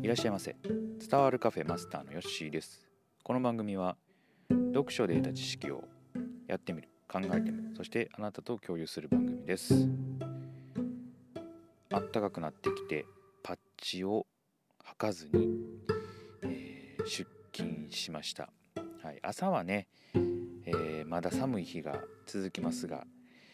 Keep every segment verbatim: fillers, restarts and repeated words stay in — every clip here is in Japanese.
らっしゃいませ。伝わるカフェマスターのヨッシーです。この番組は読書で得た知識をやってみる、考えてみる、そしてあなたと共有する番組です。あったかくなってきてパッチを履かずに、えー出勤しました。はい、朝はね、えーまだ寒い日が続きますが、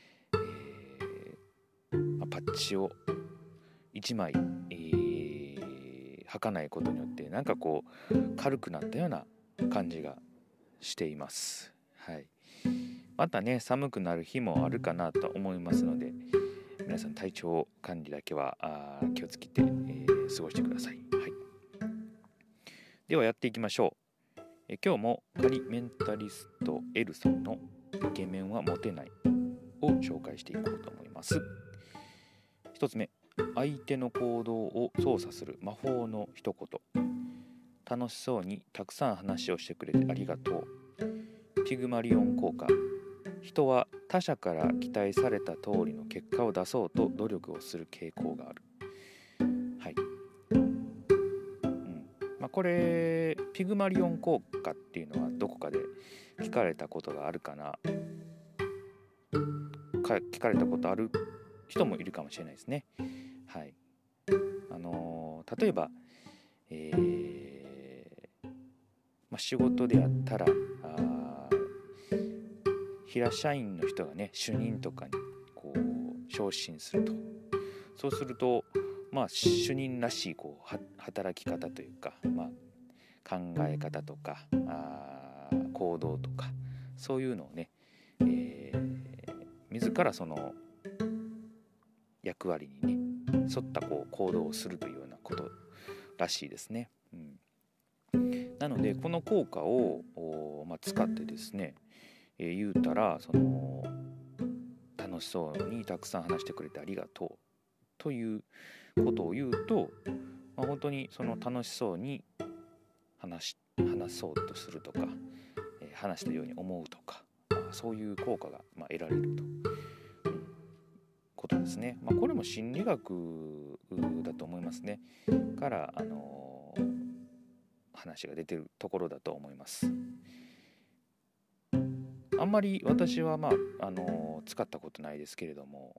えーまあパッチをいちまい、えー履かないことによってなんかこう軽くなったような感じがしています。はい、またね寒くなる日もあるかなと思いますので、皆さん体調管理だけはあ気をつけて、えー過ごしてください。はい、ではやっていきましょう。え今日もカリメンタリストエルさんのイケメンはモテないを紹介していこうと思います。一つ目、相手の行動を操作する魔法の一言。楽しそうにたくさん話をしてくれてありがとう。ピグマリオン効果。人は他者から期待された通りの結果を出そうと努力をする傾向がある。はい、うんまあ、これピグマリオン効果っていうのはどこかで聞かれたことがあるかなか聞かれたことある人もいるかもしれないですね。はい、あのー例えば、えーまあ、仕事であったらあ平社員の人がね主任とかにこう昇進すると、そうするとまあ主任らしいこうは働き方というか、まあ、考え方とかあ行動とかそういうのをね、えー、自らその役割にね沿ったこう行動をするというようなことらしいですね。うん、なのでこの効果を、まあ、使ってですね、えー、言うたらその楽しそうにたくさん話してくれてありがとうということを言うと、まあ、本当にその楽しそうに話し話そうとするとか、えー、話したように思うとか、まあ、そういう効果が、まあ、得られると、うん、ことですね。まあ、これも心理学だと思いますね。から、あのー、話が出てるところだと思います。あんまり私は、まああのー、使ったことないですけれども、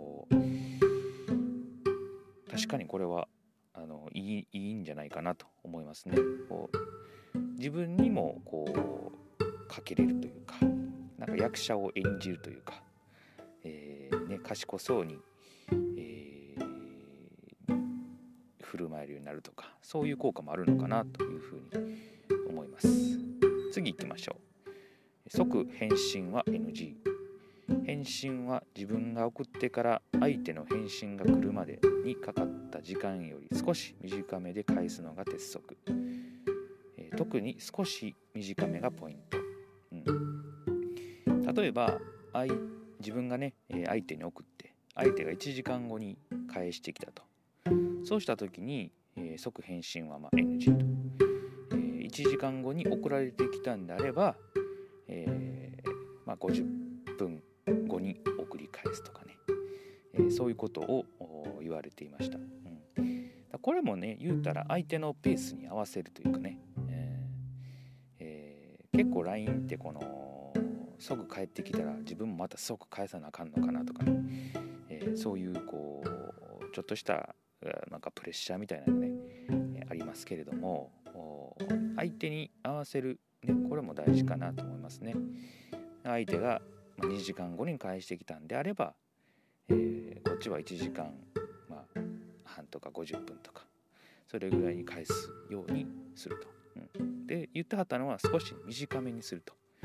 確かにこれはあのいい、いいんじゃないかなと思いますね。こう自分にもこうかけれるというか、なんか役者を演じるというか、えーね、賢そうに、えー、振る舞えるようになるとか、そういう効果もあるのかなというふうに思います。次行きましょう。即返信は エヌジー。返信は自分が送ってから相手の返信が来るまでにかかった時間より少し短めで返すのが鉄則。えー、特に少し短めがポイント。うん、例えば相自分がね相手に送って相手がいちじかんごに返してきたと。そうした時に、えー、即返信はまあ エヌジー と、えー、いちじかんごに送られてきたんであれば、えーまあ、ごじゅっぷんごに送り返すとかね、えー、そういうことを言われていました。うん、これもね言うたら相手のペースに合わせるというかね、えーえー、結構 ライン ってこの即帰ってきたら自分もまた即返さなあかんのかなとかね、えー、そういうこうちょっとしたなんかプレッシャーみたいなのがね、えー、ありますけれども、相手に合わせる、ね、これも大事かなと思いますね。相手がにじかんごに返してきたんであれば、えー、こっちはいちじかん、まあ、半とかごじゅっぷんとかそれぐらいに返すようにすると、うん、で言ってはったのは少し短めにすると、うん、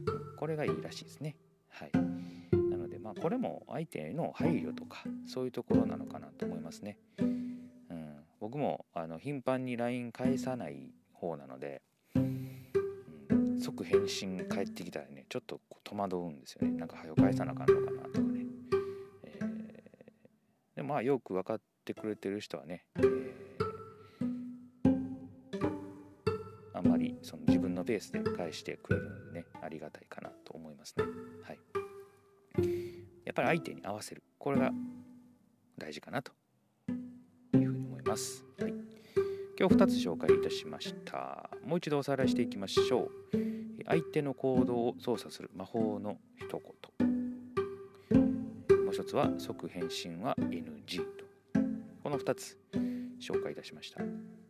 これがいいらしいですね。はい、なのでまあこれも相手の配慮とかそういうところなのかなと思いますね。うん、僕もあの頻繁に ライン 返さない方なので、即返信返ってきたらねちょっと戸惑うんですよね。なんか早く返さなあかんのかなとかね、えー、でもまあよく分かってくれてる人はね、えー、あんまりその自分のペースで返してくれるのでねありがたいかなと思いますね。はい、やっぱり相手に合わせる、これが大事かなというふうに思います。はい、 今日ふたつ紹介いたしました。もう一度おさらいしていきましょう。相手の行動を操作する魔法の一言。もう一つは即返信は エヌジー と。このふたつ紹介いたしました。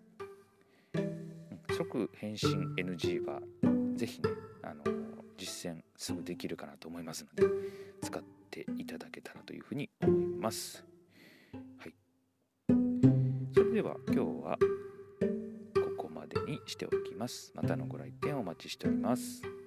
即返信 エヌジー はぜひね、あの実践すぐできるかなと思いますので、使っていただけたらというふうに思います。はい。それでは今日はここまでにしておきます。またのご来店お待ちしております。